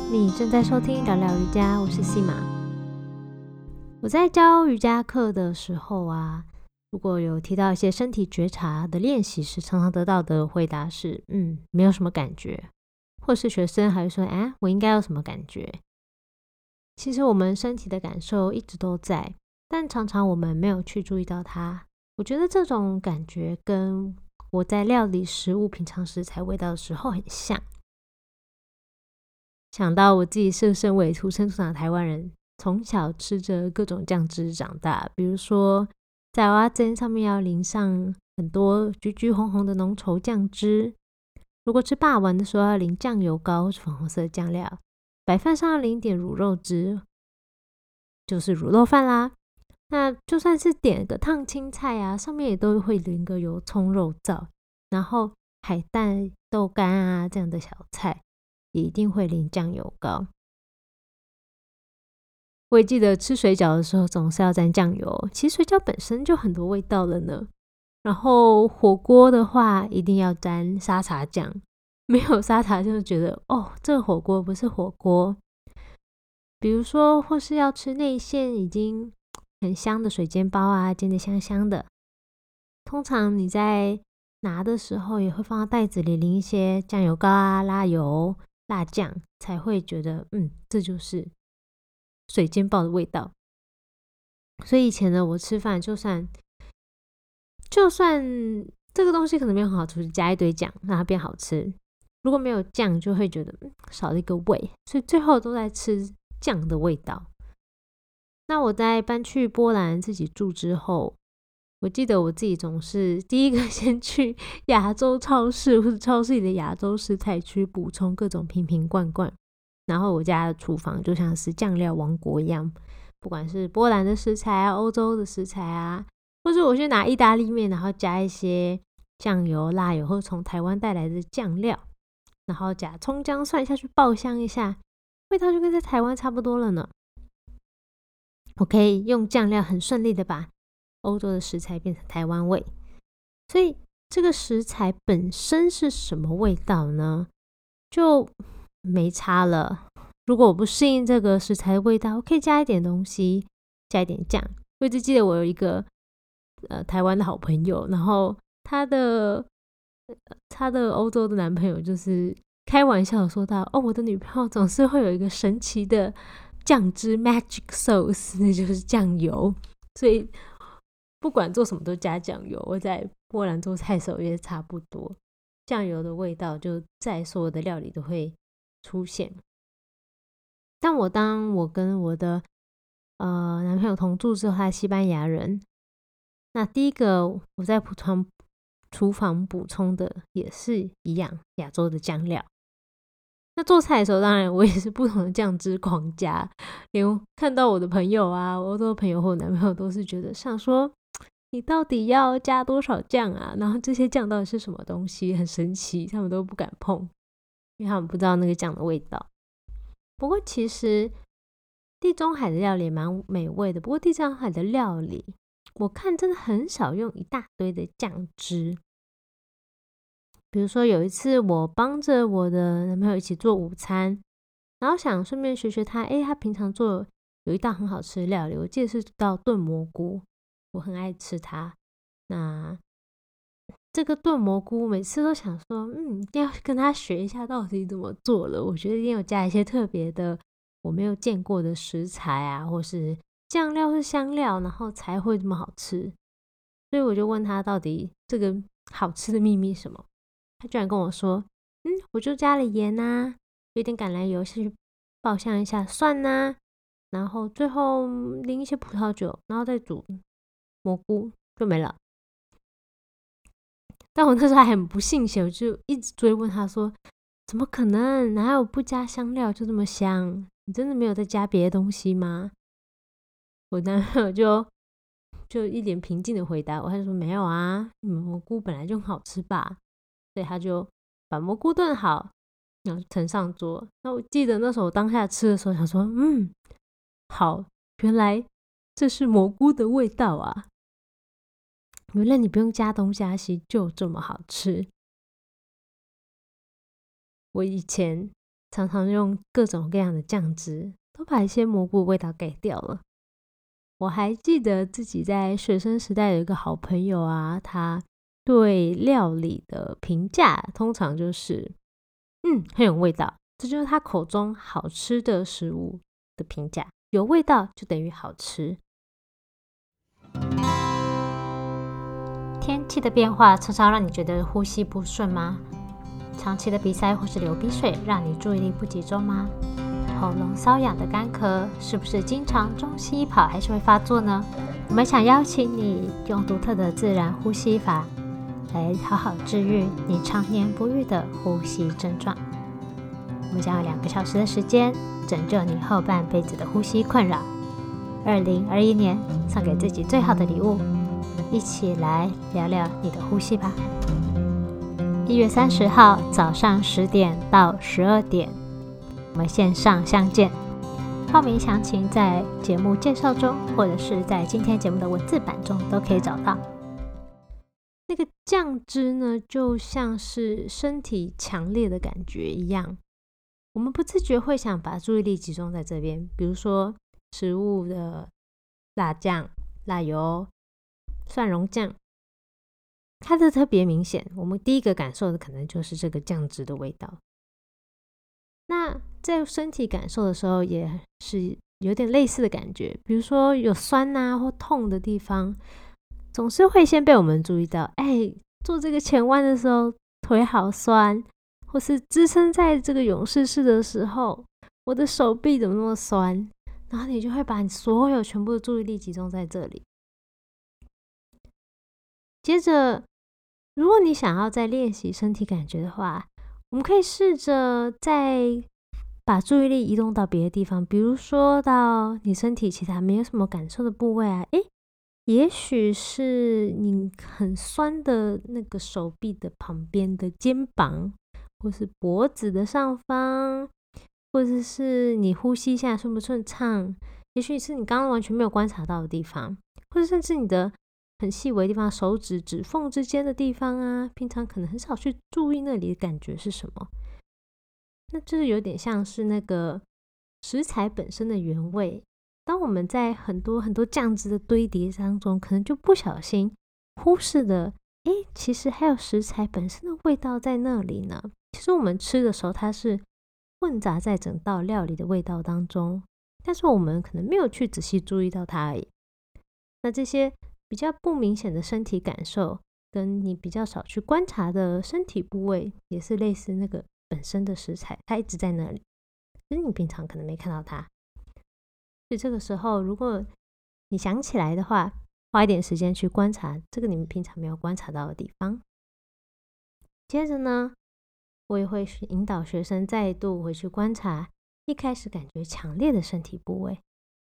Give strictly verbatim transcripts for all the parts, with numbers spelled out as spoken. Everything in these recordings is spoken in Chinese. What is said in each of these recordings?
你正在收听聊聊瑜伽，我是西马。我在教瑜伽课的时候啊，如果有提到一些身体觉察的练习时，常常得到的回答是嗯，没有什么感觉，或是学生还会说啊，我应该有什么感觉。其实我们身体的感受一直都在，但常常我们没有去注意到它。我觉得这种感觉跟我在料理食物品尝食材味道的时候很像。想到我自己是身为土生土长的台湾人，从小吃着各种酱汁长大，比如说在蚵仔煎上面要淋上很多橘橘红红的浓稠酱汁，如果吃霸王的时候要淋酱油膏或是粉红色的酱料，白饭上要淋点卤肉汁，就是卤肉饭啦。那就算是点个烫青菜啊，上面也都会淋个油葱肉燥，然后海带豆干啊这样的小菜也一定会淋酱油膏。我也记得吃水饺的时候总是要沾酱油，其实水饺本身就很多味道了呢。然后火锅的话一定要沾沙茶酱，没有沙茶就觉得哦，这个火锅不是火锅。比如说或是要吃内馅已经很香的水煎包啊，煎得香香的，通常你在拿的时候也会放到袋子里淋一些酱油膏啊、辣油、辣酱，才会觉得嗯，这就是水煎包的味道。所以以前呢，我吃饭就算就算这个东西可能没有很好吃，加一堆酱让它变好吃。如果没有酱，就会觉得、嗯、少了一个味，所以最后都在吃酱的味道。那我在搬去波兰自己住之后，我记得我自己总是第一个先去亚洲超市或者超市里的亚洲食材区补充各种瓶瓶罐罐，然后我家的厨房就像是酱料王国一样，不管是波兰的食材啊、欧洲的食材啊，或是我去拿意大利面，然后加一些酱油、辣油，或者从台湾带来的酱料，然后加葱姜蒜下去爆香一下，味道就跟在台湾差不多了呢。我可以用酱料很顺利的把欧洲的食材变成台湾味，所以这个食材本身是什么味道呢？就没差了。如果我不适应这个食材的味道，我可以加一点东西，加一点酱。我一直记得我有一个呃台湾的好朋友，然后他的他的欧洲的男朋友就是开玩笑的说到，哦，我的女朋友总是会有一个神奇的酱汁 magic sauce， 那就是酱油，所以不管做什么都加酱油。我在波兰做菜的时候也差不多，酱油的味道就在所有的料理都会出现。但我当我跟我的呃男朋友同住之后，他是西班牙人，那第一个我在厨房厨房补充的也是一样亚洲的酱料。那做菜的时候，当然我也是不同的酱汁狂加，连看到我的朋友啊，我欧洲朋友或我男朋友都是觉得想说，你到底要加多少酱啊？然后这些酱到底是什么东西？很神奇，他们都不敢碰，因为他们不知道那个酱的味道。不过其实地中海的料理也蛮美味的，不过地中海的料理我看真的很少用一大堆的酱汁。比如说有一次我帮着我的男朋友一起做午餐，然后想顺便学学他，诶，他平常做有一道很好吃的料理，我记得是道炖蘑菇，我很爱吃它。那这个炖蘑菇每次都想说，嗯，一定要跟他学一下到底怎么做了。我觉得一定有加一些特别的我没有见过的食材啊，或是酱料或香料，然后才会这么好吃。所以我就问他到底这个好吃的秘密是什么？他居然跟我说，嗯，我就加了盐啊，有点橄榄油下去爆香一下，蒜啊，然后最后淋一些葡萄酒，然后再煮蘑菇就没了。但我那时候还很不信邪，我就一直追问他说，怎么可能？哪有不加香料就这么香？你真的没有再加别的东西吗？我男朋友就就一脸平静的回答我，他就说没有啊，蘑菇本来就很好吃吧。所以他就把蘑菇炖好，然后盛上桌。那我记得那时候我当下吃的时候想说，嗯，好，原来这是蘑菇的味道啊！原来你不用加东加西就这么好吃。我以前常常用各种各样的酱汁，都把一些蘑菇味道盖掉了。我还记得自己在学生时代有一个好朋友啊，他对料理的评价通常就是嗯，很有味道，这就是他口中好吃的食物的评价，有味道就等于好吃。天气的变化常常让你觉得呼吸不顺吗？长期的鼻塞或是流鼻水让你注意力不集中吗？喉咙瘙痒的干咳是不是经常中西医跑还是会发作呢？我们想邀请你用独特的自然呼吸法来好好治愈你常年不愈的呼吸症状。我们将有两个小时的时间拯救你后半辈子的呼吸困扰。二零二一年送给自己最好的礼物，一起来聊聊你的呼吸吧。一月三十号早上十点到十二点，我们线上相见。报名详情在节目介绍中，或者是在今天节目的文字版中都可以找到。那个酱汁呢，就像是身体强烈的感觉一样，我们不自觉会想把注意力集中在这边，比如说食物的辣酱、辣油、蒜蓉酱，它的特别明显，我们第一个感受的可能就是这个酱汁的味道。那在身体感受的时候也是有点类似的感觉，比如说有酸啊或痛的地方，总是会先被我们注意到，哎，做这个前弯的时候腿好酸，或是支撑在这个勇士式的时候，我的手臂怎么那么酸，然后你就会把你所有全部的注意力集中在这里。接着，如果你想要再练习身体感觉的话，我们可以试着再把注意力移动到别的地方，比如说到你身体其他没有什么感受的部位啊，诶，也许是你很酸的那个手臂的旁边的肩膀，或是脖子的上方，或者是你呼吸现在顺不顺畅，也许是你刚刚完全没有观察到的地方，或者甚至你的很细微的地方，手指指缝之间的地方啊，平常可能很少去注意那里的感觉是什么。那就是有点像是那个食材本身的原味。当我们在很多很多酱汁的堆叠当中，可能就不小心忽视了，诶，其实还有食材本身的味道在那里呢。其实我们吃的时候，它是混杂在整道料理的味道当中，但是我们可能没有去仔细注意到它而已。那这些比较不明显的身体感受，跟你比较少去观察的身体部位，也是类似那个本身的食材，它一直在那里，只是你平常可能没看到它。所以这个时候，如果你想起来的话，花一点时间去观察这个你们平常没有观察到的地方。接着呢，我也会引导学生再度回去观察一开始感觉强烈的身体部位。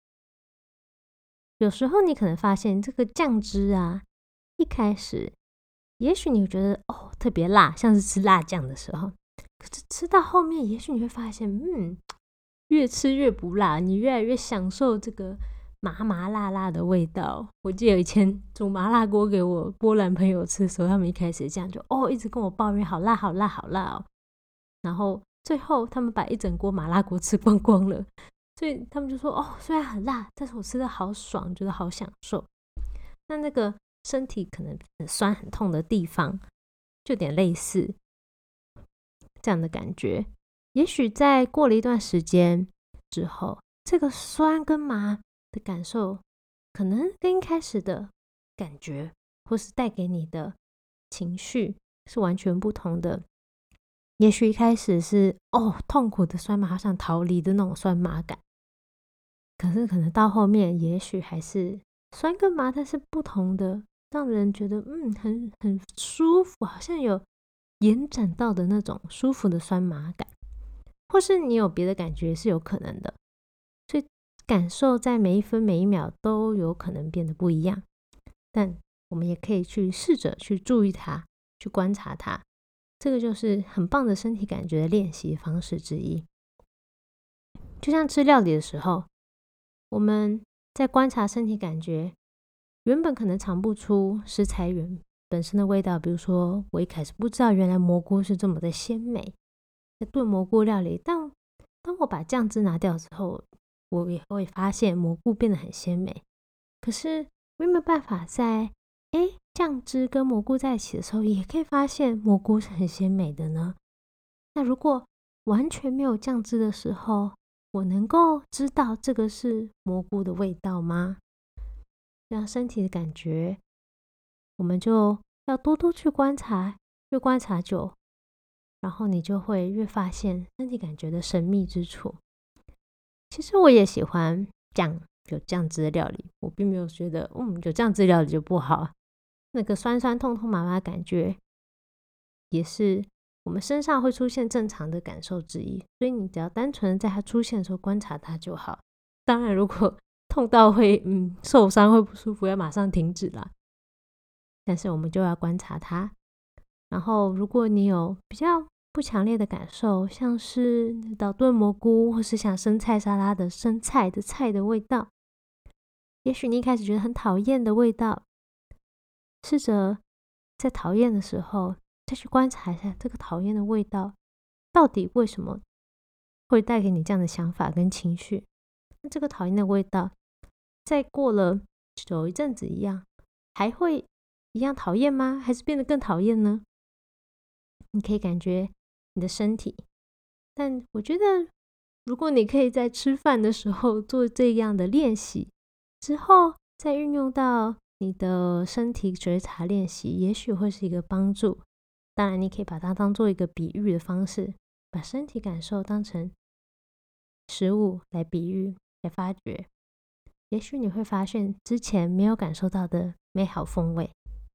有时候你可能发现这个酱汁啊，一开始也许你会觉得哦特别辣，像是吃辣酱的时候，可是吃到后面，也许你会发现，嗯，越吃越不辣，你越来越享受这个麻麻辣辣的味道。我记得以前煮麻辣锅给我波兰朋友吃的时候，他们一开始这样就哦一直跟我抱怨好辣好辣好辣哦，然后最后他们把一整锅麻辣锅吃光光了。所以他们就说哦，虽然很辣，但是我吃的好爽，觉得好享受。那那个身体可能很酸很痛的地方，就有点类似这样的感觉。也许在过了一段时间之后，这个酸跟麻的感受，可能跟一开始的感觉，或是带给你的情绪是完全不同的。也许一开始是哦痛苦的酸麻，好想逃离的那种酸麻感。可是可能到后面，也许还是酸跟麻，但是不同的，让人觉得嗯很很舒服，好像有延展到的那种舒服的酸麻感，或是你有别的感觉是有可能的。所以感受在每一分每一秒都有可能变得不一样，但我们也可以去试着去注意它，去观察它。这个就是很棒的身体感觉的练习方式之一。就像吃料理的时候，我们在观察身体感觉，原本可能尝不出食材原本身的味道，比如说我一开始不知道原来蘑菇是这么的鲜美， 在炖蘑菇料理，但当我把酱汁拿掉之后，我也会发现蘑菇变得很鲜美。可是我有没有办法在诶酱汁跟蘑菇在一起的时候，也可以发现蘑菇是很鲜美的呢？那如果完全没有酱汁的时候，我能够知道这个是蘑菇的味道吗？这样身体的感觉，我们就要多多去观察，越观察久，然后你就会越发现身体感觉的神秘之处。其实我也喜欢酱有酱汁的料理，我并没有觉得嗯有酱汁料理就不好。那个酸酸痛痛麻麻的感觉，也是我们身上会出现正常的感受之一，所以你只要单纯在它出现的时候观察它就好。当然如果痛到会嗯受伤会不舒服，要马上停止啦。但是我们就要观察它。然后如果你有比较不强烈的感受，像是捣炖蘑菇，或是像生菜沙拉的生菜的菜的味道，也许你一开始觉得很讨厌的味道，试着在讨厌的时候再去观察一下这个讨厌的味道到底为什么会带给你这样的想法跟情绪。那这个讨厌的味道再过了久一阵子一样还会一样讨厌吗？还是变得更讨厌呢？你可以感觉你的身体，但我觉得如果你可以在吃饭的时候做这样的练习之后，再运用到你的身体觉察练习，也许会是一个帮助。当然你可以把它当做一个比喻的方式，把身体感受当成食物来比喻来发掘，也许你会发现之前没有感受到的美好风味。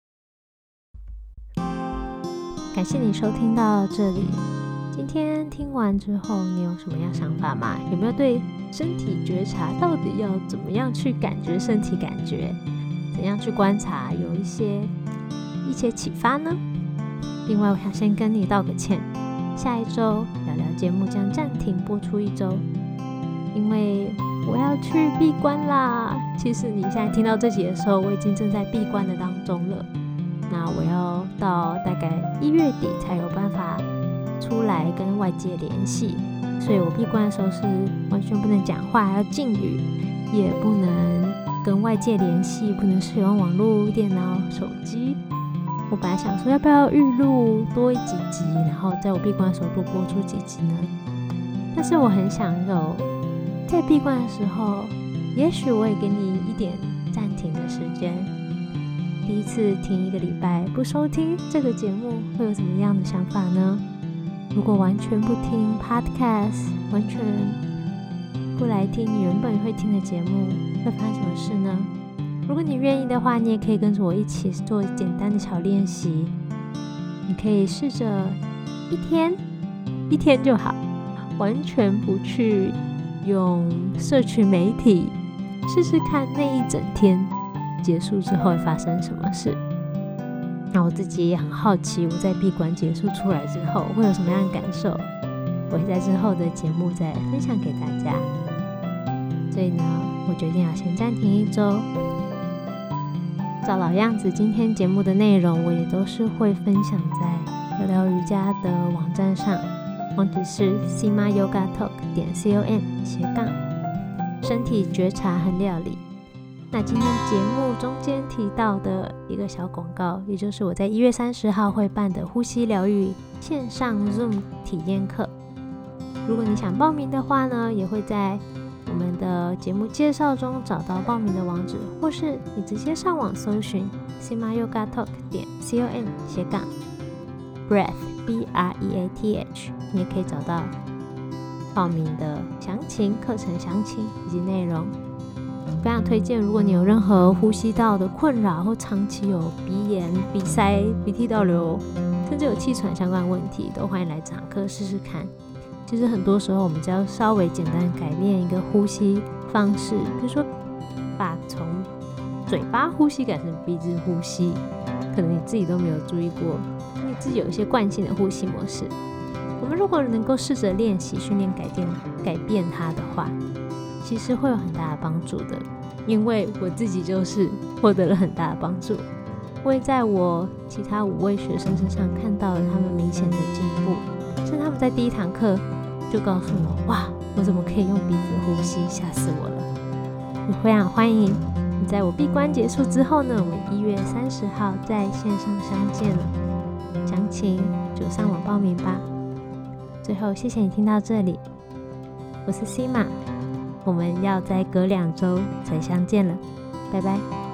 感谢你收听到这里，今天听完之后你有什么样想法吗？有没有对身体觉察到底要怎么样去感觉身体感觉，怎样去观察，有一些一些启发呢？另外我想先跟你道个歉，下一周聊聊节目将暂停播出一周，因为我要去闭关啦。其实你现在听到这集的时候，我已经正在闭关的当中了。那我要到大概一月底才有办法出来跟外界联系，所以我闭关的时候是完全不能讲话，还要禁语，也不能跟外界联系，不能使用网络、电脑、手机。我本来想说要不要预录多几集，然后在我闭关的时候多播出几集呢？但是我很想有在闭关的时候，也许我也给你一点暂停的时间。第一次停一个礼拜不收听这个节目，会有什么样的想法呢？如果完全不听 podcast， 完全不来听你原本会听的节目，会发生什么事呢？如果你愿意的话，你也可以跟着我一起做简单的小练习。你可以试着一天一天就好，完全不去用社群媒体，试试看那一整天结束之后会发生什么事。那我自己也很好奇，我在闭关结束出来之后会有什么样的感受，我会在之后的节目再分享给大家。所以呢，我决定要先暂停一周。照老样子，今天节目的内容我也都是会分享在聊聊瑜伽的网站上，网址是 sima yoga talk 点 com 斜杠身体觉察和料理。那今天节目中间提到的一个小广告，也就是我在一月三十号会办的呼吸疗愈线上 Zoom 体验课。如果你想报名的话呢，也会在我们的节目介绍中找到报名的网址，或是你直接上网搜寻 sima yoga talk 点 com 斜杠 breath b r e a t h， 你也可以找到报名的详情、课程详情以及内容。非常推荐，如果你有任何呼吸道的困扰，或长期有鼻炎、鼻塞、鼻涕倒流，甚至有气喘相关问题，都欢迎来这堂课试试看。其实很多时候我们只要稍微简单改变一个呼吸方式，比如说把从嘴巴呼吸改成鼻子呼吸，可能你自己都没有注意过，你自己有一些惯性的呼吸模式。我们如果能够试着练习训练改变改变它的话，其实会有很大的帮助的。因为我自己就是获得了很大的帮助，我也在我其他五位学生身上看到了他们明显的进步，甚是他们在第一堂课就告诉我，哇，我怎么可以用鼻子呼吸，吓死我了。也非常欢迎你在我闭关结束之后呢，我们一月三十号在线上相见了，详情就上网报名吧。最后谢谢你听到这里，我是 Sima， 我们要再隔两周才相见了，拜拜。